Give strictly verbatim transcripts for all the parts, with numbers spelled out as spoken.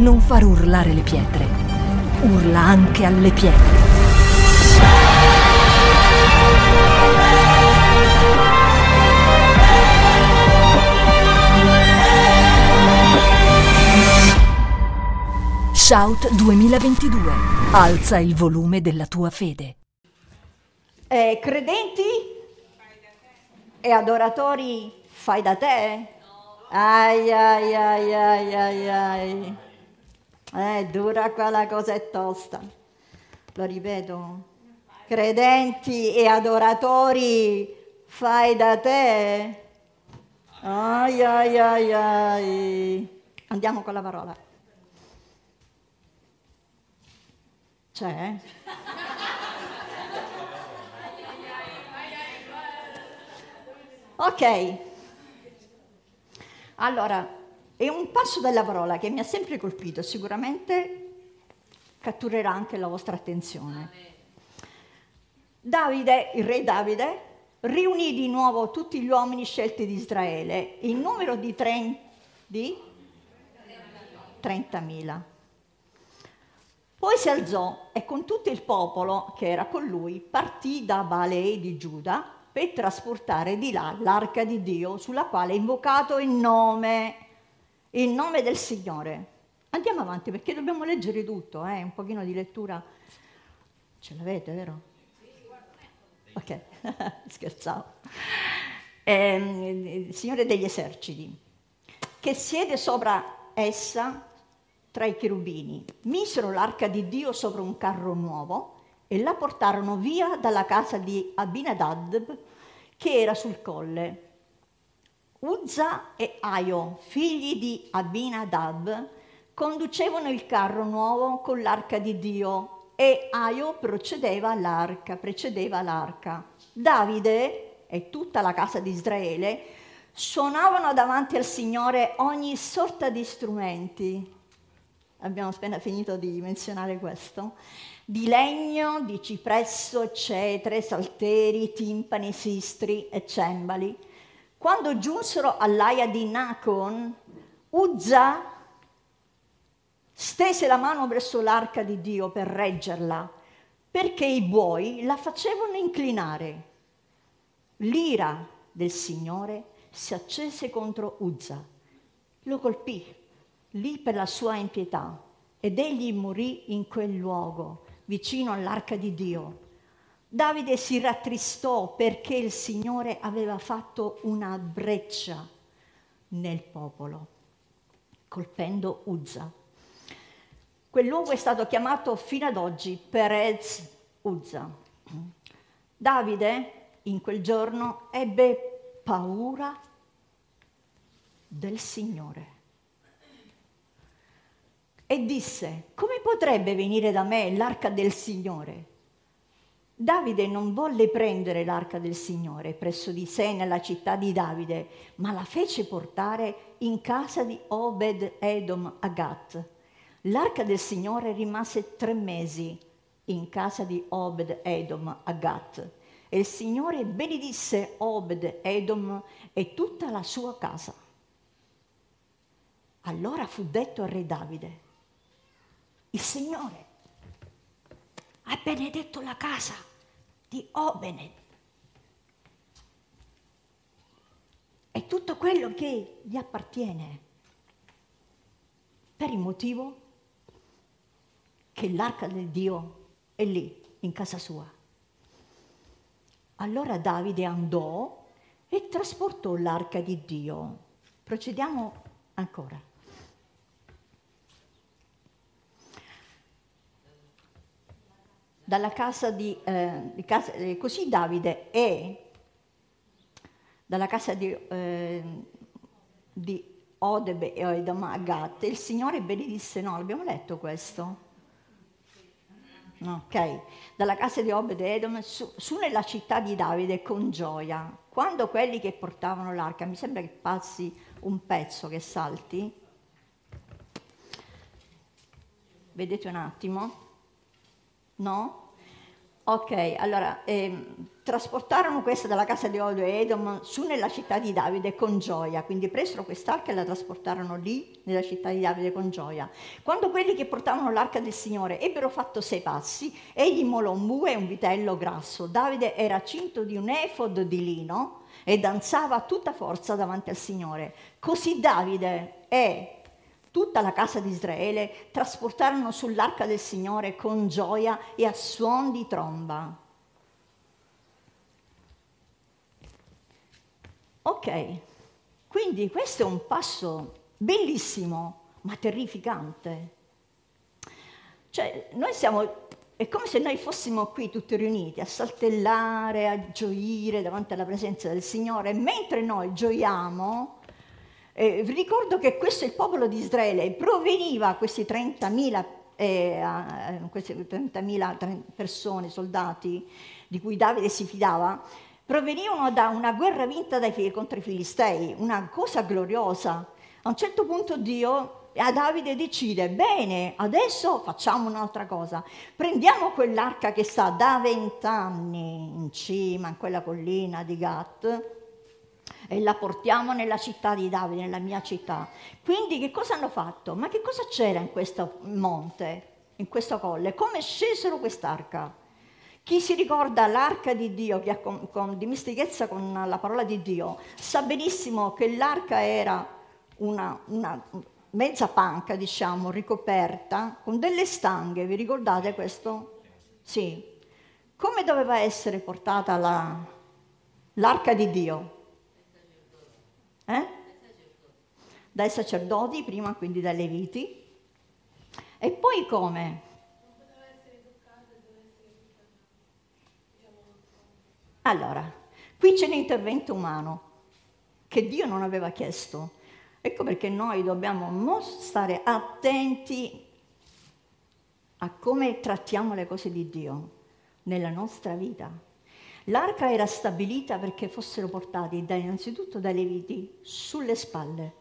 non far urlare le pietre. Urla anche alle pietre. Shout duemilaventidue. Alza il volume della tua fede. Eh, credenti e adoratori fai da te? Ai ai ai ai ai ai. È dura qua, la cosa è tosta. Lo ripeto. Credenti e adoratori fai da te? Ai ai ai ai. Andiamo con la parola. C'è? Ok. Allora, è un passo della parola che mi ha sempre colpito, sicuramente catturerà anche la vostra attenzione. Davide, il re Davide, riunì di nuovo tutti gli uomini scelti di Israele, in numero di, tre, di trentamila. Poi si alzò e con tutto il popolo che era con lui partì da Baalei di Giuda per trasportare di là l'arca di Dio sulla quale è invocato il nome, il nome del Signore. Andiamo avanti perché dobbiamo leggere tutto, eh? Un pochino di lettura. Ce l'avete, vero? Ok, scherzavo. Eh, il Signore degli eserciti, che siede sopra essa tra i cherubini, misero l'arca di Dio sopra un carro nuovo e la portarono via dalla casa di Abinadab che era sul colle. Uzza e Aio, figli di Abinadab, conducevano il carro nuovo con l'arca di Dio e Aio procedeva l'arca, precedeva l'arca. Davide e tutta la casa di Israele suonavano davanti al Signore ogni sorta di strumenti. Abbiamo appena finito di menzionare questo, di legno, di cipresso, cetre, salteri, timpani, sistri e cembali. Quando giunsero all'aia di Nacon, Uzza stese la mano verso l'arca di Dio per reggerla, perché i buoi la facevano inclinare. L'ira del Signore si accese contro Uzza, lo colpì lì per la sua impietà, ed egli morì in quel luogo, vicino all'arca di Dio. Davide si rattristò perché il Signore aveva fatto una breccia nel popolo, colpendo Uzza. Quel luogo è stato chiamato fino ad oggi Perez Uzza. Davide in quel giorno ebbe paura del Signore. E disse, come potrebbe venire da me l'arca del Signore? Davide non volle prendere l'arca del Signore presso di sé nella città di Davide, ma la fece portare in casa di Obed Edom a Gat. L'arca del Signore rimase tre mesi in casa di Obed Edom a Gat. E il Signore benedisse Obed Edom e tutta la sua casa. Allora fu detto al re Davide, il Signore ha benedetto la casa di Obed e tutto quello che gli appartiene, per il motivo che l'arca del Dio è lì, in casa sua. Allora Davide andò e trasportò l'arca di Dio. Procediamo ancora. Dalla casa di, eh, di casa, eh, così Davide e dalla casa di, eh, di Odeb e Edom a Gat, il Signore benedisse, no, abbiamo letto questo? No, ok, dalla casa di Obed Edom su, su nella città di Davide con gioia. Quando quelli che portavano l'arca, mi sembra che passi un pezzo, che salti, vedete un attimo? No? Ok, allora, ehm, trasportarono questa dalla casa di Odo e Edom su nella città di Davide con gioia, quindi presero quest'arca e la trasportarono lì nella città di Davide con gioia. Quando quelli che portavano l'arca del Signore ebbero fatto sei passi, egli immolò un bue e un vitello grasso. Davide era cinto di un efod di lino e danzava a tutta forza davanti al Signore. Così Davide e tutta la casa di Israele trasportarono sull'arca del Signore con gioia e a suon di tromba. Ok, quindi questo è un passo bellissimo, ma terrificante. Cioè, noi siamo, è come se noi fossimo qui tutti riuniti a saltellare, a gioire davanti alla presenza del Signore, mentre noi gioiamo. Eh, vi ricordo che questo è il popolo di Israele, proveniva questi trentamila, eh, queste trentamila persone, soldati, di cui Davide si fidava, provenivano da una guerra vinta dai, contro i Filistei, una cosa gloriosa. A un certo punto Dio, a Davide decide, bene, adesso facciamo un'altra cosa, prendiamo quell'arca che sta da vent'anni in cima, in quella collina di Gat, e la portiamo nella città di Davide, nella mia città. Quindi che cosa hanno fatto? Ma che cosa c'era in questo monte, in questo colle? Come scesero quest'arca? Chi si ricorda l'arca di Dio, che ha con, con dimestichezza con la parola di Dio, sa benissimo che l'arca era una, una mezza panca, diciamo, ricoperta con delle stanghe. Vi ricordate questo? Sì. Come doveva essere portata la, l'arca di Dio? Eh? Dai sacerdoti, prima quindi dai leviti, e poi come? Non poteva essere toccata, doveva essere tutta, diciamo, Allora, qui c'è un intervento umano che Dio non aveva chiesto. Ecco perché noi dobbiamo stare attenti a come trattiamo le cose di Dio nella nostra vita. L'arca era stabilita perché fossero portati da, innanzitutto dai leviti sulle spalle.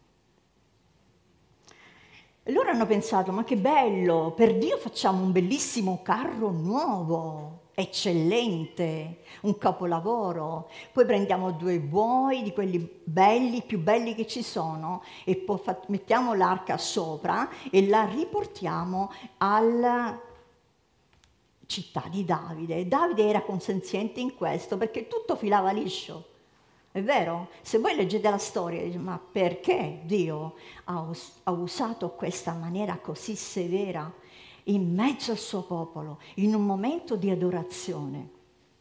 E loro hanno pensato, ma che bello, per Dio facciamo un bellissimo carro nuovo, eccellente, un capolavoro. Poi prendiamo due buoi di quelli belli, più belli che ci sono, e poi mettiamo l'arca sopra e la riportiamo alla città di Davide. Davide era consenziente in questo perché tutto filava liscio. È vero? Se voi leggete la storia, dite, ma perché Dio ha, us- ha usato questa maniera così severa in mezzo al suo popolo, in un momento di adorazione?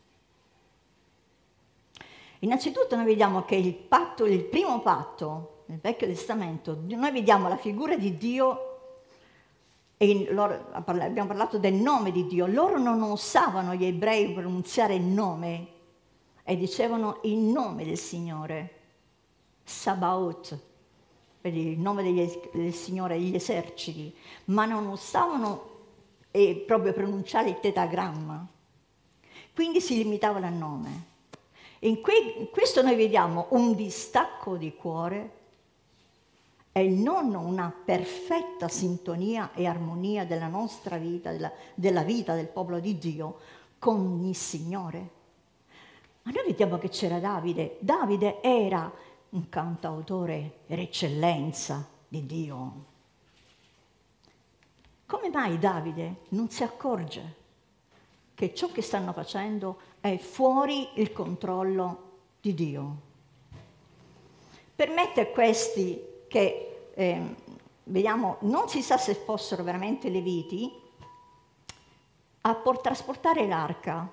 Innanzitutto noi vediamo che il patto, il primo patto nel Vecchio Testamento, noi vediamo la figura di Dio. E loro, abbiamo parlato del nome di Dio. Loro non usavano, gli ebrei, pronunziare il nome e dicevano il nome del Signore, Sabaoth, per il nome degli, del Signore degli eserciti, ma non usavano eh, proprio pronunciare il tetagramma, quindi si limitavano al nome. In, que, in questo noi vediamo un distacco di cuore e non una perfetta sintonia e armonia della nostra vita, della, della vita del popolo di Dio con il Signore. Ma noi vediamo che c'era Davide. Davide era un cantautore per eccellenza di Dio. Come mai Davide non si accorge che ciò che stanno facendo è fuori il controllo di Dio? Permette a questi che Eh, vediamo, non si sa se fossero veramente leviti, a por- trasportare l'arca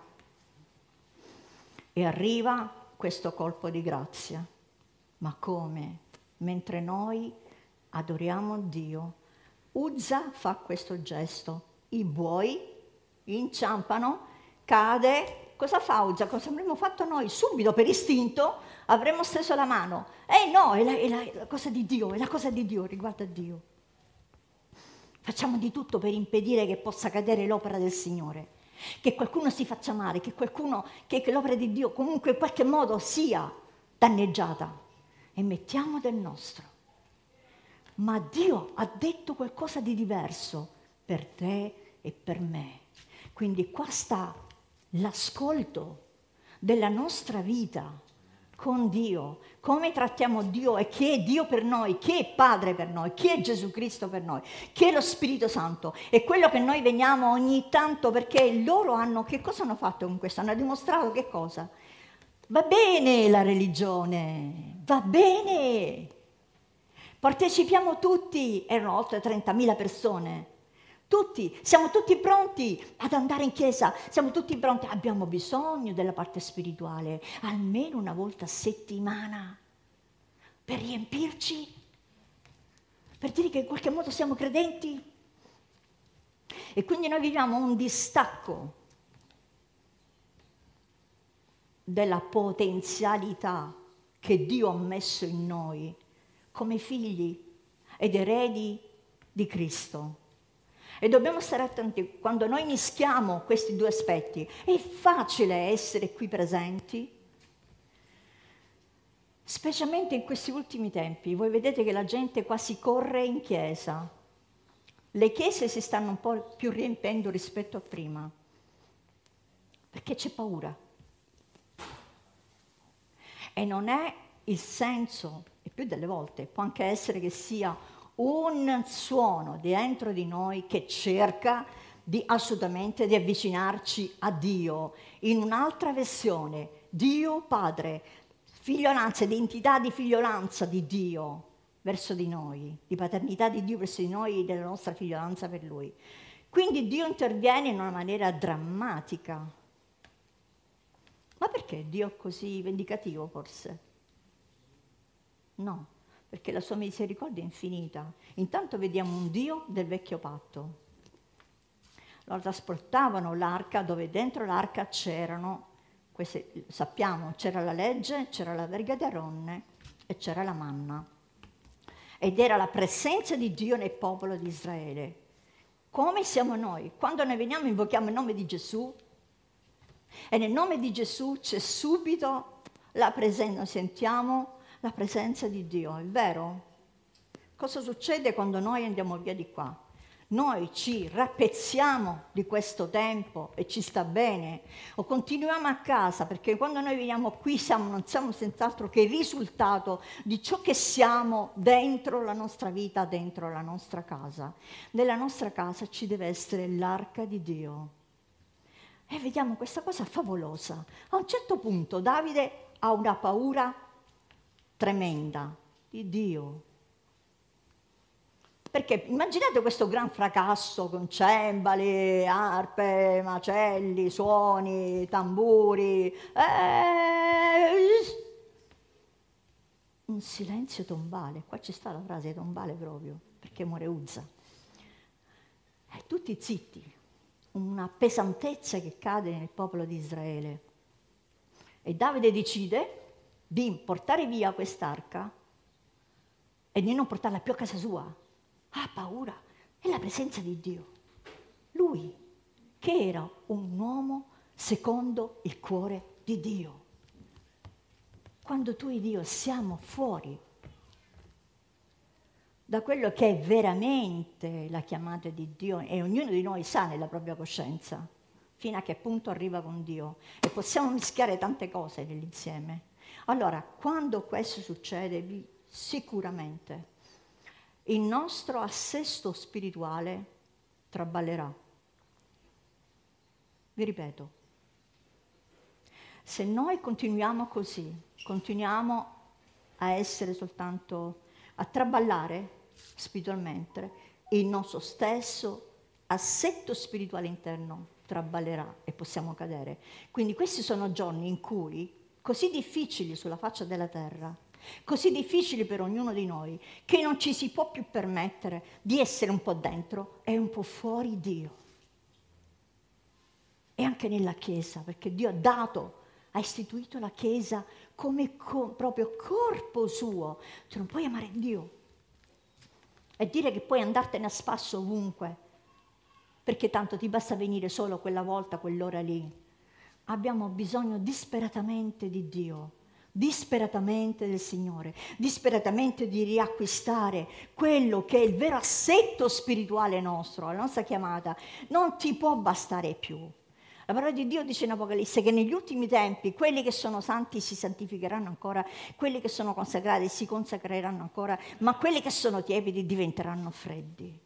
e arriva questo colpo di grazia. Ma come? Mentre noi adoriamo Dio, Uzza fa questo gesto, i buoi inciampano, cade, cosa fa Uzza? Cosa avremmo fatto noi? Subito, per istinto, avremmo steso la mano. Eh no, è la, è la, è la cosa di Dio, è la cosa di Dio, riguarda Dio. Facciamo di tutto per impedire che possa cadere l'opera del Signore, che qualcuno si faccia male, che qualcuno, che, che l'opera di Dio comunque in qualche modo sia danneggiata. E mettiamo del nostro. Ma Dio ha detto qualcosa di diverso per te e per me. Quindi qua sta l'ascolto della nostra vita con Dio, come trattiamo Dio e chi è Dio per noi, chi è Padre per noi, chi è Gesù Cristo per noi, chi è lo Spirito Santo. È quello che noi veniamo ogni tanto, perché loro hanno, che cosa hanno fatto con questo? Hanno dimostrato che cosa? Va bene la religione, va bene, partecipiamo tutti, erano oltre trentamila persone. Tutti, siamo tutti pronti ad andare in chiesa, siamo tutti pronti, abbiamo bisogno della parte spirituale, almeno una volta a settimana, per riempirci, per dire che in qualche modo siamo credenti. E quindi noi viviamo un distacco della potenzialità che Dio ha messo in noi come figli ed eredi di Cristo. E dobbiamo stare attenti, quando noi mischiamo questi due aspetti, è facile essere qui presenti, specialmente in questi ultimi tempi. Voi vedete che la gente quasi corre in chiesa. Le chiese si stanno un po' più riempendo rispetto a prima, perché c'è paura. E non è il senso, e più delle volte può anche essere che sia un suono dentro di noi che cerca di assolutamente di avvicinarci a Dio in un'altra versione, Dio Padre, figliolanza, identità di figliolanza di Dio verso di noi, di paternità di Dio verso di noi e della nostra figliolanza per Lui. Quindi Dio interviene in una maniera drammatica. Ma perché Dio è così vendicativo forse? No. Perché la sua misericordia è infinita. Intanto vediamo un Dio del vecchio patto. Loro trasportavano l'arca, dove dentro l'arca c'erano, queste, sappiamo, c'era la legge, c'era la verga di Aronne e c'era la manna. Ed era la presenza di Dio nel popolo di Israele. Come siamo noi? Quando noi veniamo invochiamo il nome di Gesù e nel nome di Gesù c'è subito la presenza, sentiamo la presenza di Dio, è vero? Cosa succede quando noi andiamo via di qua? Noi ci rappezziamo di questo tempo e ci sta bene, o continuiamo a casa, perché quando noi veniamo qui siamo, non siamo senz'altro che il risultato di ciò che siamo dentro la nostra vita, dentro la nostra casa. Nella nostra casa ci deve essere l'arca di Dio. E vediamo questa cosa favolosa. A un certo punto Davide ha una paura tremenda di Dio. Perché immaginate questo gran fracasso con cembali, arpe, macelli, suoni, tamburi, eh, un silenzio tombale. Qua ci sta la frase tombale proprio, perché muore Uzza. E tutti zitti, una pesantezza che cade nel popolo di Israele. E Davide decide di portare via quest'arca e di non portarla più a casa sua. Ha paura, è la presenza di Dio. Lui, che era un uomo secondo il cuore di Dio. Quando tu e Dio siamo fuori da quello che è veramente la chiamata di Dio, e ognuno di noi sa nella propria coscienza fino a che punto arriva con Dio, e possiamo mischiare tante cose nell'insieme. Allora, quando questo succede, sicuramente il nostro assesto spirituale traballerà. Vi ripeto, se noi continuiamo così, continuiamo a essere soltanto, a traballare spiritualmente, il nostro stesso assetto spirituale interno traballerà e possiamo cadere. Quindi questi sono giorni in cui, così difficili sulla faccia della terra, così difficili per ognuno di noi, che non ci si può più permettere di essere un po' dentro e un po' fuori Dio. E anche nella Chiesa, perché Dio ha dato, ha istituito la Chiesa come co- proprio corpo suo. Tu non puoi amare Dio e dire che puoi andartene a spasso ovunque, perché tanto ti basta venire solo quella volta, quell'ora lì. Abbiamo bisogno disperatamente di Dio, disperatamente del Signore, disperatamente di riacquistare quello che è il vero assetto spirituale nostro, la nostra chiamata. Non ti può bastare più. La parola di Dio dice in Apocalisse che negli ultimi tempi quelli che sono santi si santificheranno ancora, quelli che sono consacrati si consacreranno ancora, ma quelli che sono tiepidi diventeranno freddi.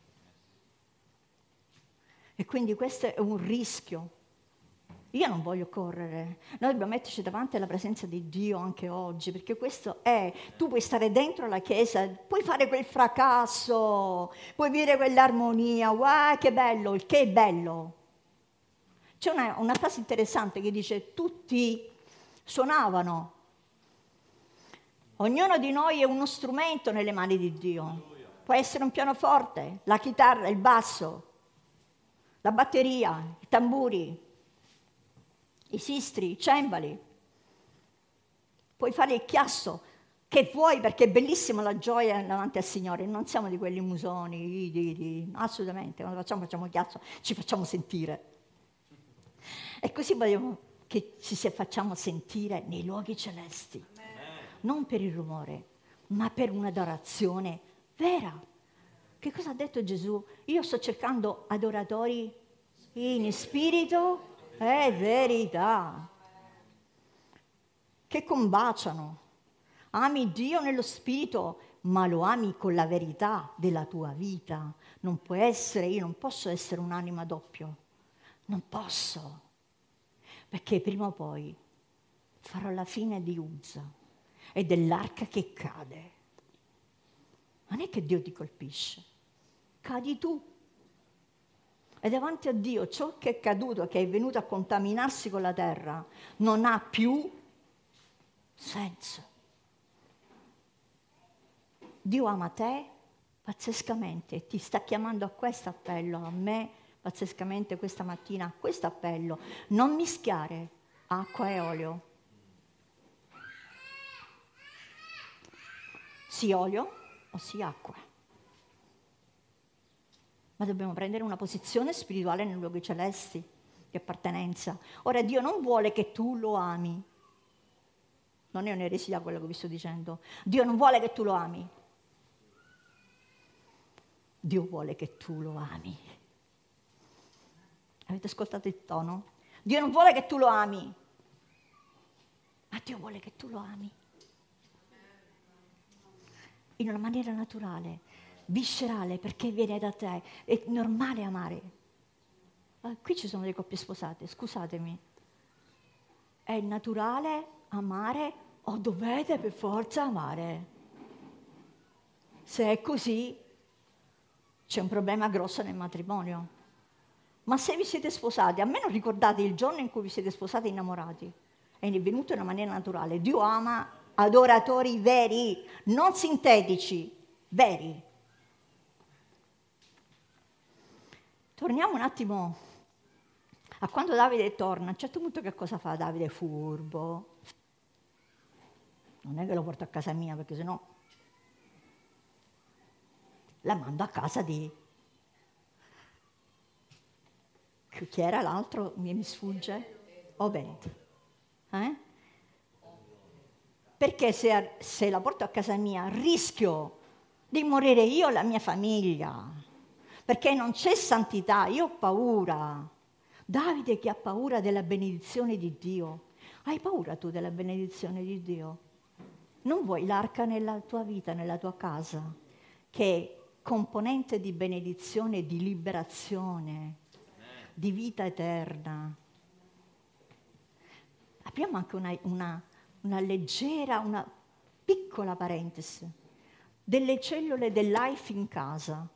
E quindi questo è un rischio. Io non voglio correre, noi dobbiamo metterci davanti alla presenza di Dio anche oggi, perché questo è, tu puoi stare dentro la chiesa, puoi fare quel fracasso, puoi vivere quell'armonia, wow che bello, il che è bello. C'è una, una frase interessante che dice, tutti suonavano, ognuno di noi è uno strumento nelle mani di Dio, può essere un pianoforte, la chitarra, il basso, la batteria, i tamburi, i sistri, i cembali, puoi fare il chiasso che vuoi perché è bellissima la gioia davanti al Signore, non siamo di quelli musoni, di, di, assolutamente, quando facciamo facciamo chiasso, ci facciamo sentire. E così vogliamo che ci facciamo sentire nei luoghi celesti, non per il rumore, ma per un'adorazione vera. Che cosa ha detto Gesù? Io sto cercando adoratori in spirito e verità, che combaciano. Ami Dio nello spirito, ma lo ami con la verità della tua vita. Non può essere, io non posso essere un'anima doppio, non posso, perché prima o poi farò la fine di Uzza e dell'arca che cade. Non è che Dio ti colpisce, cadi tu. E davanti a Dio ciò che è caduto, che è venuto a contaminarsi con la terra, non ha più senso. Dio ama te pazzescamente e ti sta chiamando a questo appello, a me pazzescamente questa mattina, a questo appello. Non mischiare acqua e olio. Sì olio o sì acqua. Ma dobbiamo prendere una posizione spirituale nei luoghi celesti, di appartenenza. Ora Dio non vuole che tu lo ami. Non è un'eresia quello che vi sto dicendo. Dio non vuole che tu lo ami. Dio vuole che tu lo ami. Avete ascoltato il tono? Dio non vuole che tu lo ami, ma Dio vuole che tu lo ami. In una maniera naturale, viscerale, perché viene da te. È normale amare. Ah, qui ci sono le coppie sposate, scusatemi. È naturale amare o dovete per forza amare? Se è così, c'è un problema grosso nel matrimonio. Ma se vi siete sposati, almeno ricordate il giorno in cui vi siete sposati innamorati. È venuto in una maniera naturale. Dio ama adoratori veri, non sintetici, veri. Torniamo un attimo a quando Davide torna. A un certo punto che cosa fa Davide? Furbo. Non è che lo porto a casa mia, perché sennò la mando a casa di... Chi era l'altro? Mi sfugge? Obed. Eh? Perché se, se la porto a casa mia rischio di morire io e la mia famiglia, perché non c'è santità, io ho paura. Davide che ha paura della benedizione di Dio. Hai paura tu della benedizione di Dio? Non vuoi l'arca nella tua vita, nella tua casa, che è componente di benedizione e di liberazione, di vita eterna. Abbiamo anche una, una, una leggera, una piccola parentesi, delle cellule del life in casa.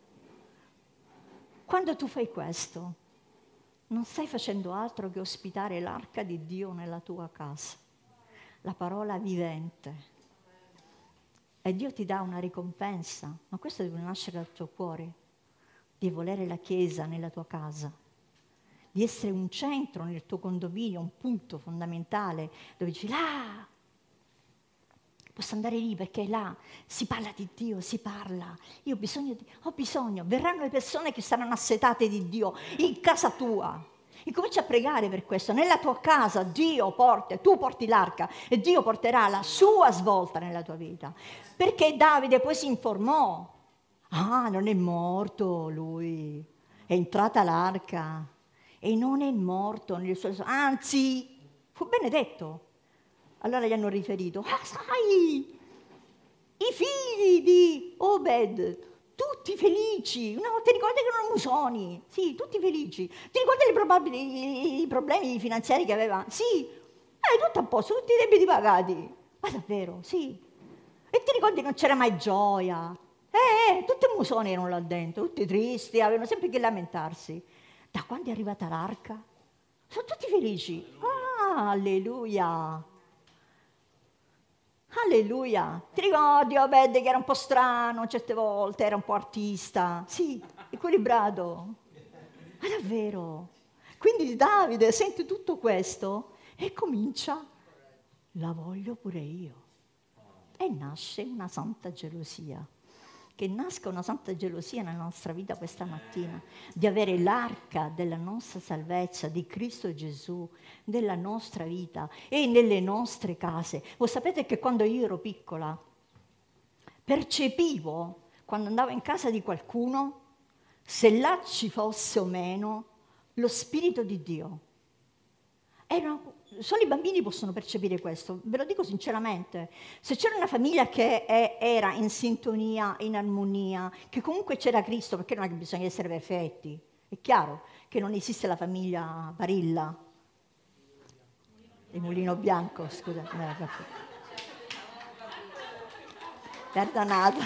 Quando tu fai questo, non stai facendo altro che ospitare l'arca di Dio nella tua casa, la parola vivente. E Dio ti dà una ricompensa, ma questo deve nascere dal tuo cuore, di volere la Chiesa nella tua casa, di essere un centro nel tuo condominio, un punto fondamentale, dove dici là, posso andare lì perché là si parla di Dio, si parla, io ho bisogno, di, ho bisogno, verranno le persone che saranno assetate di Dio in casa tua. Incomincia a pregare per questo, nella tua casa Dio porta, tu porti l'arca e Dio porterà la sua svolta nella tua vita. Perché Davide poi si informò, ah non è morto lui, è entrata l'arca. e non è morto nelle sue... Anzi, fu benedetto. Allora gli hanno riferito, ah sai, i figli di Obed, tutti felici. No, ti ricordi che erano musoni? Sì, tutti felici. Ti ricordi i, probabili, i problemi finanziari che aveva? Sì. Eh, tutto a posto, tutti i debiti pagati. Ma davvero, sì. E ti ricordi che non c'era mai gioia? Eh, eh, tutti musoni erano là dentro, tutti tristi, avevano sempre che lamentarsi. Da quando è arrivata l'arca? Sono tutti felici. Ah, alleluia. Alleluia. Ti ricordi Obed che era un po' strano certe volte, era un po' artista? Sì, equilibrato. Ma davvero? Quindi Davide sente tutto questo e comincia, la voglio pure io. E nasce una santa gelosia. Che nasca una santa gelosia nella nostra vita questa mattina, di avere l'arca della nostra salvezza, di Cristo Gesù, nella nostra vita e nelle nostre case. Voi sapete che quando io ero piccola, percepivo, quando andavo in casa di qualcuno, se là ci fosse o meno lo Spirito di Dio. Erano, solo i bambini possono percepire questo, ve lo dico sinceramente. Se c'era una famiglia che è, era in sintonia, in armonia, che comunque c'era Cristo, perché non è che bisogna essere perfetti, è chiaro che non esiste la famiglia Barilla, il Mulino Bianco, scusa, perdonato.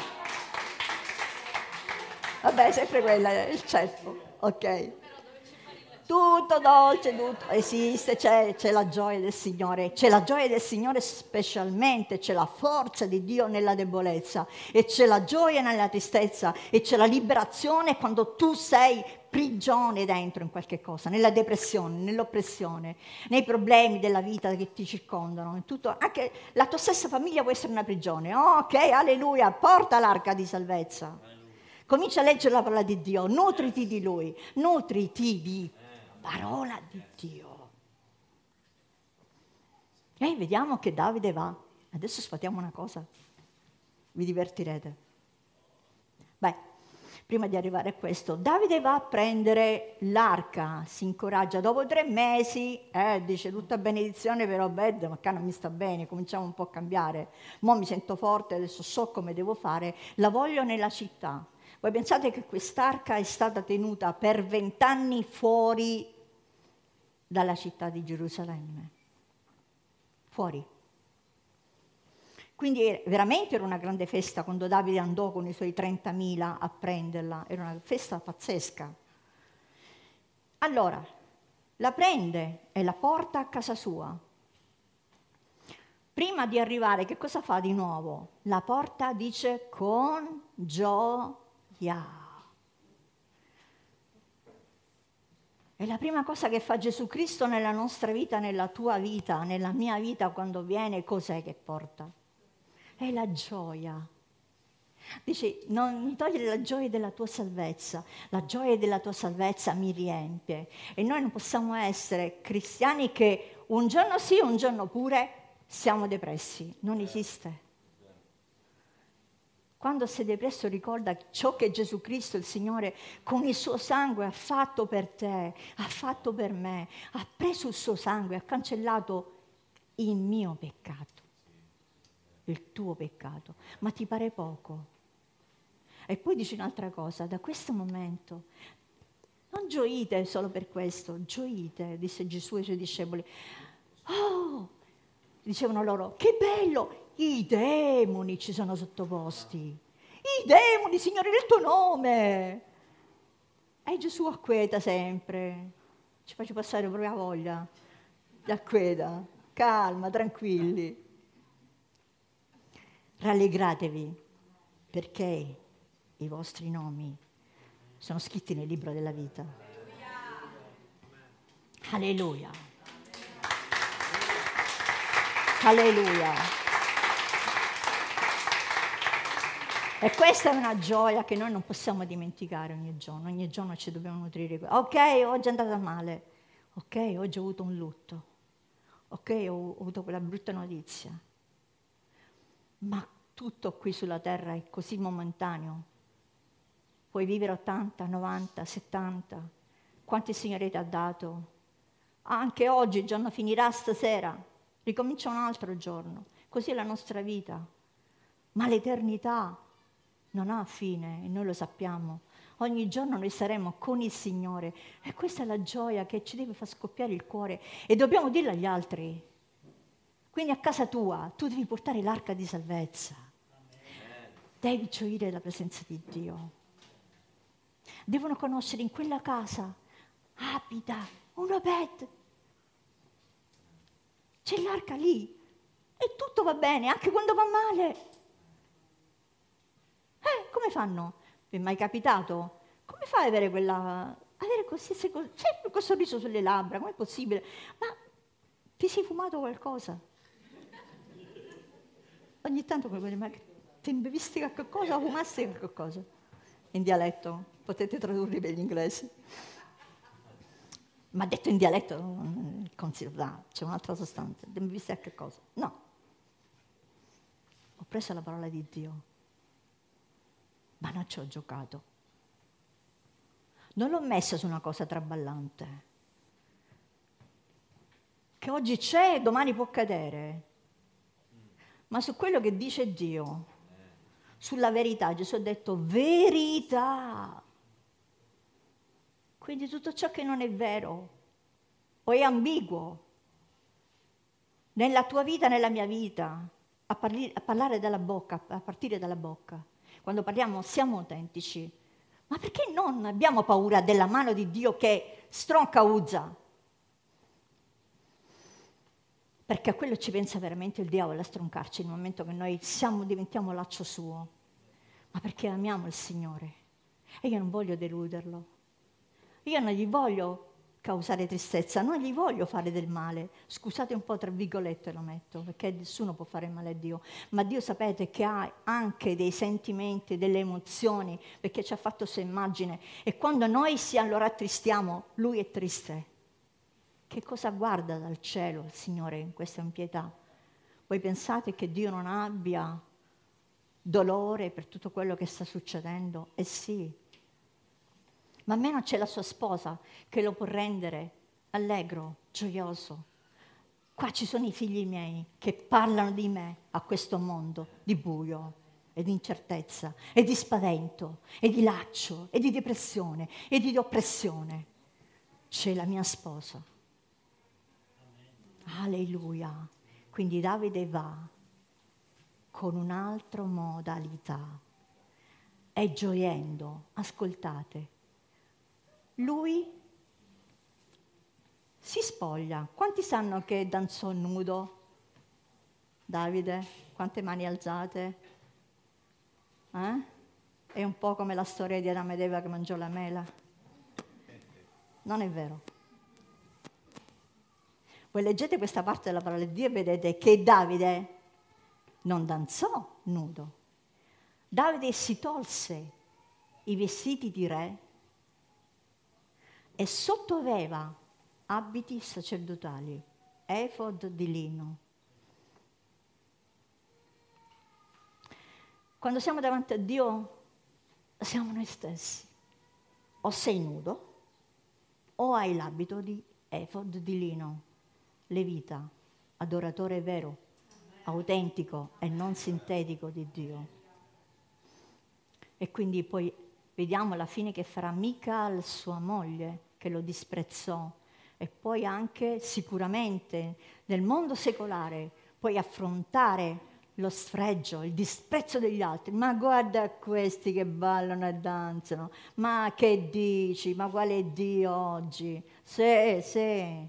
Vabbè, sempre quella, il ceppo, ok. Tutto dolce, tutto esiste, c'è, c'è la gioia del Signore, c'è la gioia del Signore specialmente, c'è la forza di Dio nella debolezza e c'è la gioia nella tristezza e c'è la liberazione quando tu sei prigione dentro in qualche cosa, nella depressione, nell'oppressione, nei problemi della vita che ti circondano, in tutto, anche la tua stessa famiglia può essere una prigione. Oh, ok, alleluia, porta l'arca di salvezza. Comincia a leggere la parola di Dio, nutriti di Lui, nutriti di parola di Dio. E vediamo che Davide va. Adesso sfatiamo una cosa, vi divertirete. Beh, prima di arrivare a questo, Davide va a prendere l'arca, si incoraggia. Dopo tre mesi, eh, dice tutta benedizione per Obed, ma qua non mi sta bene, cominciamo un po' a cambiare. Mo' mi sento forte, adesso so come devo fare, la voglio nella città. Voi pensate che quest'arca è stata tenuta per vent'anni fuori dalla città di Gerusalemme? Fuori. Quindi veramente era una grande festa quando Davide andò con i suoi trentamila a prenderla, era una festa pazzesca. Allora, la prende e la porta a casa sua. Prima di arrivare, che cosa fa di nuovo? La porta, dice, con gioia. È la prima cosa che fa Gesù Cristo nella nostra vita, nella tua vita, nella mia vita quando viene, cos'è che porta? È la gioia. Dice, non mi togliere la gioia della tua salvezza, la gioia della tua salvezza mi riempie. E noi non possiamo essere cristiani che un giorno sì, un giorno pure siamo depressi, non esiste. Quando sei depresso ricorda ciò che Gesù Cristo, il Signore, con il suo sangue ha fatto per te, ha fatto per me, ha preso il suo sangue, ha cancellato il mio peccato, il tuo peccato. Ma ti pare poco? E poi dice un'altra cosa, da questo momento non gioite solo per questo, gioite, disse Gesù ai suoi discepoli. Oh, dicevano loro, che bello! I demoni ci sono sottoposti. I demoni, Signore, nel tuo nome. E Gesù acqueta sempre. Ci faccio passare proprio la voglia. Li acqueta. Calma, tranquilli. Rallegratevi, perché i vostri nomi sono scritti nel libro della vita. Alleluia. Alleluia. E questa è una gioia che noi non possiamo dimenticare ogni giorno, ogni giorno ci dobbiamo nutrire. Ok, oggi è andata male, ok, oggi ho avuto un lutto, ok, ho, ho avuto quella brutta notizia, ma tutto qui sulla terra è così momentaneo. Puoi vivere ottanta, novanta, settanta, quanti il Signore ti ha dato. Anche oggi il giorno finirà, stasera, ricomincia un altro giorno. Così è la nostra vita. Ma l'eternità non ha fine e noi lo sappiamo. Ogni giorno noi saremo con il Signore e questa è la gioia che ci deve far scoppiare il cuore e dobbiamo dirlo agli altri. Quindi a casa tua tu devi portare l'arca di salvezza. Amen. Devi gioire la presenza di Dio. Devono conoscere in quella casa abita un Obed. C'è l'arca lì e tutto va bene, anche quando va male. Eh, come fanno? Vi è mai capitato? Come fai ad avere quella... avere così, sempre quel sorriso sulle labbra? Com'è possibile? Ma ti sei fumato qualcosa? Ogni tanto come quelli, ma ti imbevisti qualche cosa o fumasti qualche cosa? In dialetto, potete tradurli per gli inglesi. Ma detto in dialetto, non considera, c'è un'altra sostanza, ti imbevisti qualche cosa? No. Ho preso la parola di Dio, ma non ci ho giocato. Non l'ho messa su una cosa traballante, che oggi c'è e domani può cadere, ma su quello che dice Dio, sulla verità. Gesù ha detto verità. Quindi tutto ciò che non è vero o è ambiguo nella tua vita, nella mia vita, a, parli, a parlare dalla bocca, a partire dalla bocca. Quando parliamo siamo autentici. Ma perché non abbiamo paura della mano di Dio che stronca Uzza? Perché a quello ci pensa veramente il diavolo, a stroncarci nel momento che noi siamo, diventiamo laccio suo. Ma perché amiamo il Signore. E io non voglio deluderlo. Io non gli voglio causare tristezza, non gli voglio fare del male. Scusate un po', tra virgolette lo metto, perché nessuno può fare male a Dio. Ma Dio sapete che ha anche dei sentimenti, delle emozioni, perché ci ha fatto sua immagine. E quando noi si lo rattristiamo, Lui è triste. Che cosa guarda dal cielo il Signore in questa impietà? Voi pensate che Dio non abbia dolore per tutto quello che sta succedendo? Eh sì. Ma almeno c'è la sua sposa che lo può rendere allegro, gioioso. Qua ci sono i figli miei che parlano di me a questo mondo di buio e di incertezza e di spavento e di laccio e di depressione e di oppressione. C'è la mia sposa. Alleluia. Quindi Davide va con un'altra modalità e gioiendo, ascoltate, lui si spoglia. Quanti sanno che danzò nudo? Davide? Quante mani alzate? Eh? È un po' come la storia di Adamo ed Eva che mangiò la mela. Non è vero. Voi leggete questa parte della parola di Dio e vedete che Davide non danzò nudo. Davide si tolse i vestiti di re e sotto aveva abiti sacerdotali, efod di lino. Quando siamo davanti a Dio siamo noi stessi. O sei nudo o hai l'abito di efod di lino. Levita, adoratore vero, autentico e non sintetico di Dio. E quindi poi vediamo alla fine che farà Mical, sua moglie, che lo disprezzò. E poi anche sicuramente nel mondo secolare puoi affrontare lo sfregio, il disprezzo degli altri. Ma guarda questi che ballano e danzano. Ma che dici? Ma quale è Dio oggi? Sì, sì.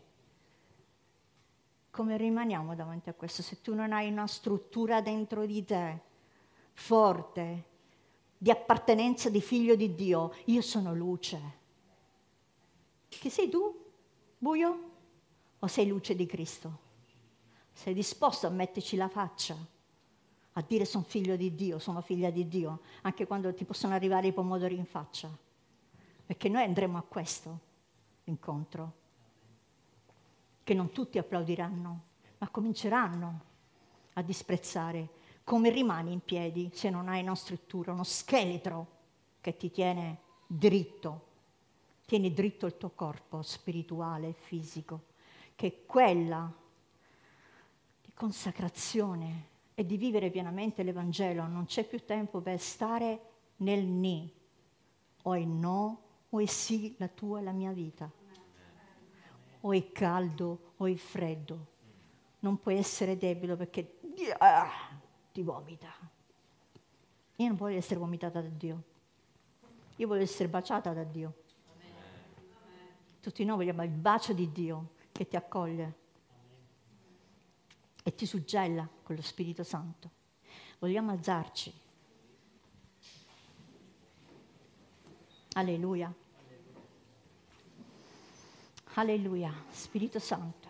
Come rimaniamo davanti a questo se tu non hai una struttura dentro di te forte, di appartenenza di figlio di Dio? Io sono luce. Chi sei tu? Buio? O sei luce di Cristo? Sei disposto a metterci la faccia, a dire sono figlio di Dio, sono figlia di Dio, anche quando ti possono arrivare i pomodori in faccia? Perché noi andremo a questo incontro, che non tutti applaudiranno, ma cominceranno a disprezzare. Come rimani in piedi se non hai una struttura, uno scheletro che ti tiene dritto Tieni dritto il tuo corpo spirituale e fisico, che è quella di consacrazione e di vivere pienamente l'Evangelo. Non c'è più tempo per stare nel ni, o è no, o è sì la tua e la mia vita, o è caldo o è freddo. Non puoi essere debole perché ah, ti vomita. Io non voglio essere vomitata da Dio, io voglio essere baciata da Dio. Tutti noi vogliamo il bacio di Dio che ti accoglie e ti suggella con lo Spirito Santo. Vogliamo alzarci. Alleluia. Alleluia. Spirito Santo.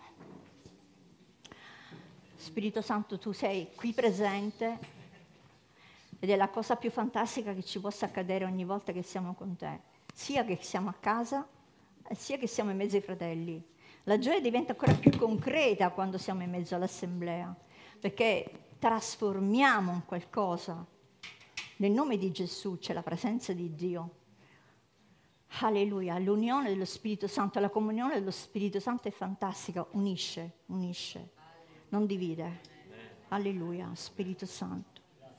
Spirito Santo, tu sei qui presente ed è la cosa più fantastica che ci possa accadere ogni volta che siamo con te, sia che siamo a casa, sia che siamo in mezzo ai fratelli. La gioia diventa ancora più concreta quando siamo in mezzo all'assemblea, perché trasformiamo un qualcosa. Nel nome di Gesù c'è la presenza di Dio. Alleluia, l'unione dello Spirito Santo, la comunione dello Spirito Santo è fantastica, unisce, unisce, non divide. Alleluia, Spirito Santo.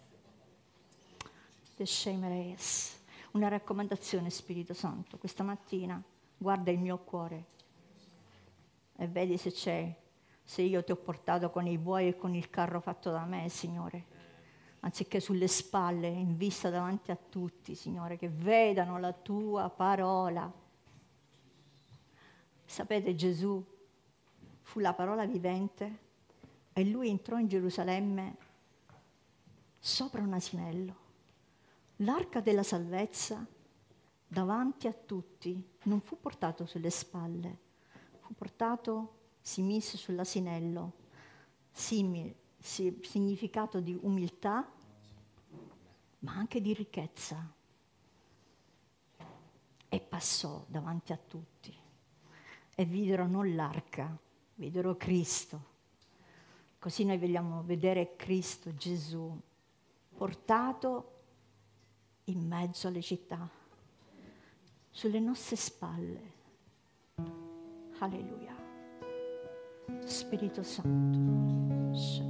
Una raccomandazione, Spirito Santo, questa mattina guarda il mio cuore e vedi se c'è, se io ti ho portato con i buoi e con il carro fatto da me, Signore, anziché sulle spalle, in vista davanti a tutti, Signore, che vedano la tua parola. Sapete, Gesù fu la parola vivente e lui entrò in Gerusalemme sopra un asinello. L'arca della salvezza davanti a tutti non fu portato sulle spalle, fu portato, si mise sull'asinello, simil, si, significato di umiltà, ma anche di ricchezza. E passò davanti a tutti e videro non l'arca, videro Cristo. Così noi vogliamo vedere Cristo, Gesù, portato in mezzo alle città, sulle nostre spalle. Alleluia. Spirito Santo.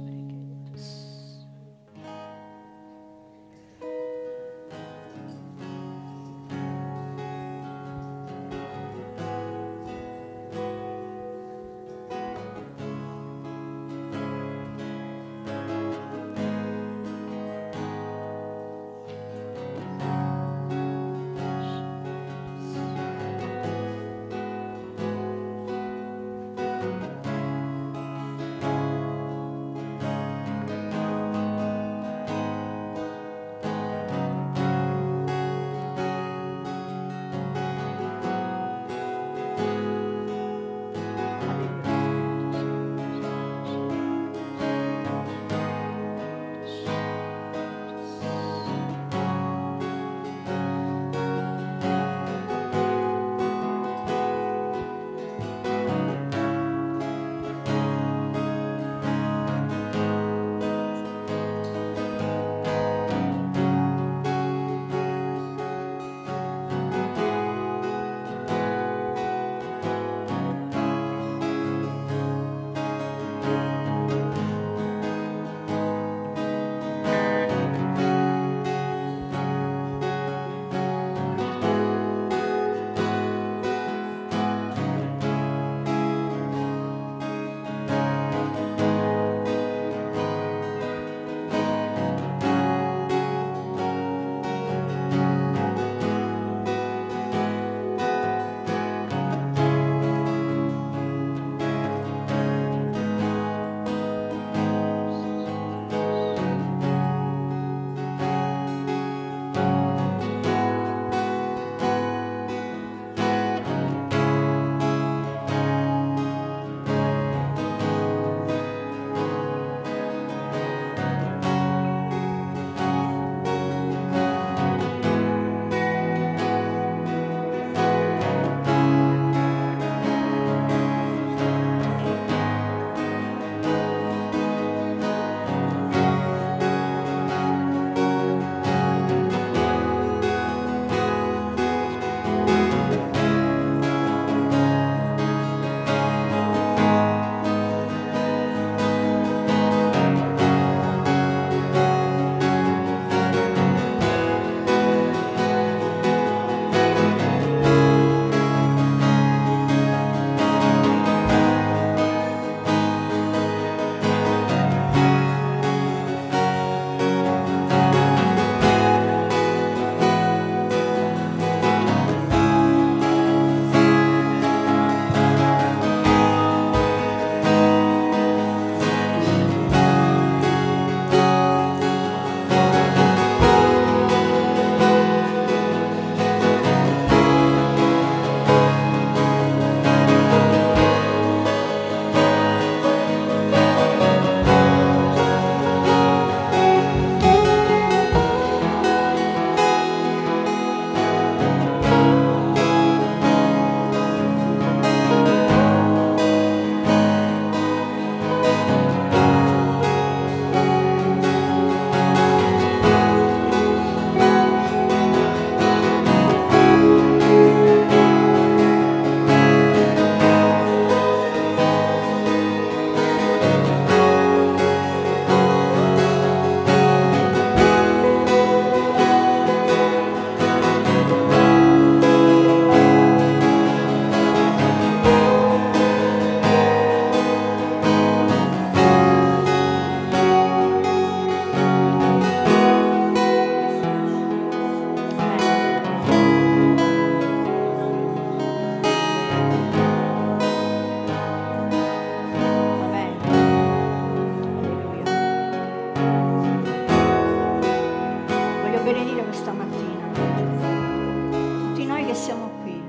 siamo qui,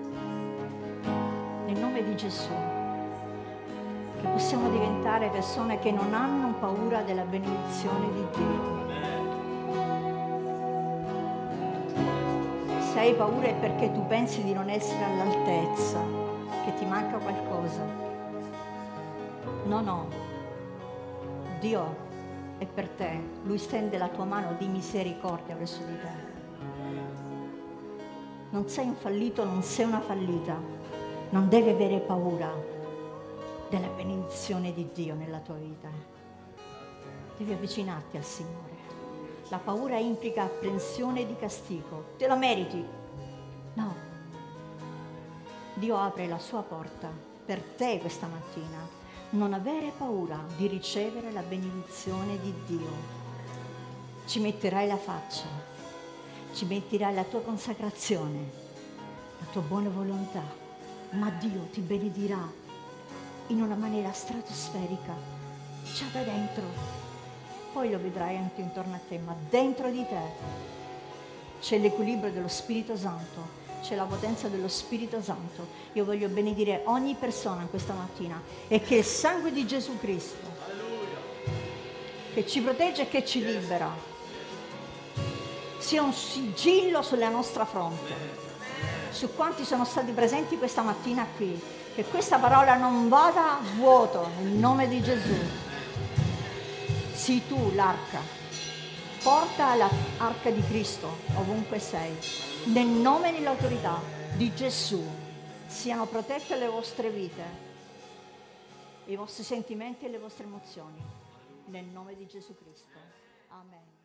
nel nome di Gesù, che possiamo diventare persone che non hanno paura della benedizione di Dio. Se hai paura è perché tu pensi di non essere all'altezza, che ti manca qualcosa. No, no, Dio è per te, Lui stende la tua mano di misericordia verso di te. Non sei un fallito, non sei una fallita, non devi avere paura della benedizione di Dio nella tua vita. Devi avvicinarti al Signore. La paura implica apprensione di castigo. Te lo meriti? No. Dio apre la sua porta per te questa mattina. Non avere paura di ricevere la benedizione di Dio. Ci metterai la faccia, ci metterai la tua consacrazione, la tua buona volontà, ma Dio ti benedirà in una maniera stratosferica, già da dentro. Poi lo vedrai anche intorno a te, ma dentro di te c'è l'equilibrio dello Spirito Santo, c'è la potenza dello Spirito Santo. Io voglio benedire ogni persona questa mattina e che il sangue di Gesù Cristo, che ci protegge e che ci libera, sia un sigillo sulla nostra fronte, su quanti sono stati presenti questa mattina qui, che questa parola non vada a vuoto, nel nome di Gesù. Sii tu l'arca, porta l'arca di Cristo ovunque sei, nel nome e nell'autorità di Gesù. Siano protette le vostre vite, i vostri sentimenti e le vostre emozioni, nel nome di Gesù Cristo. Amen.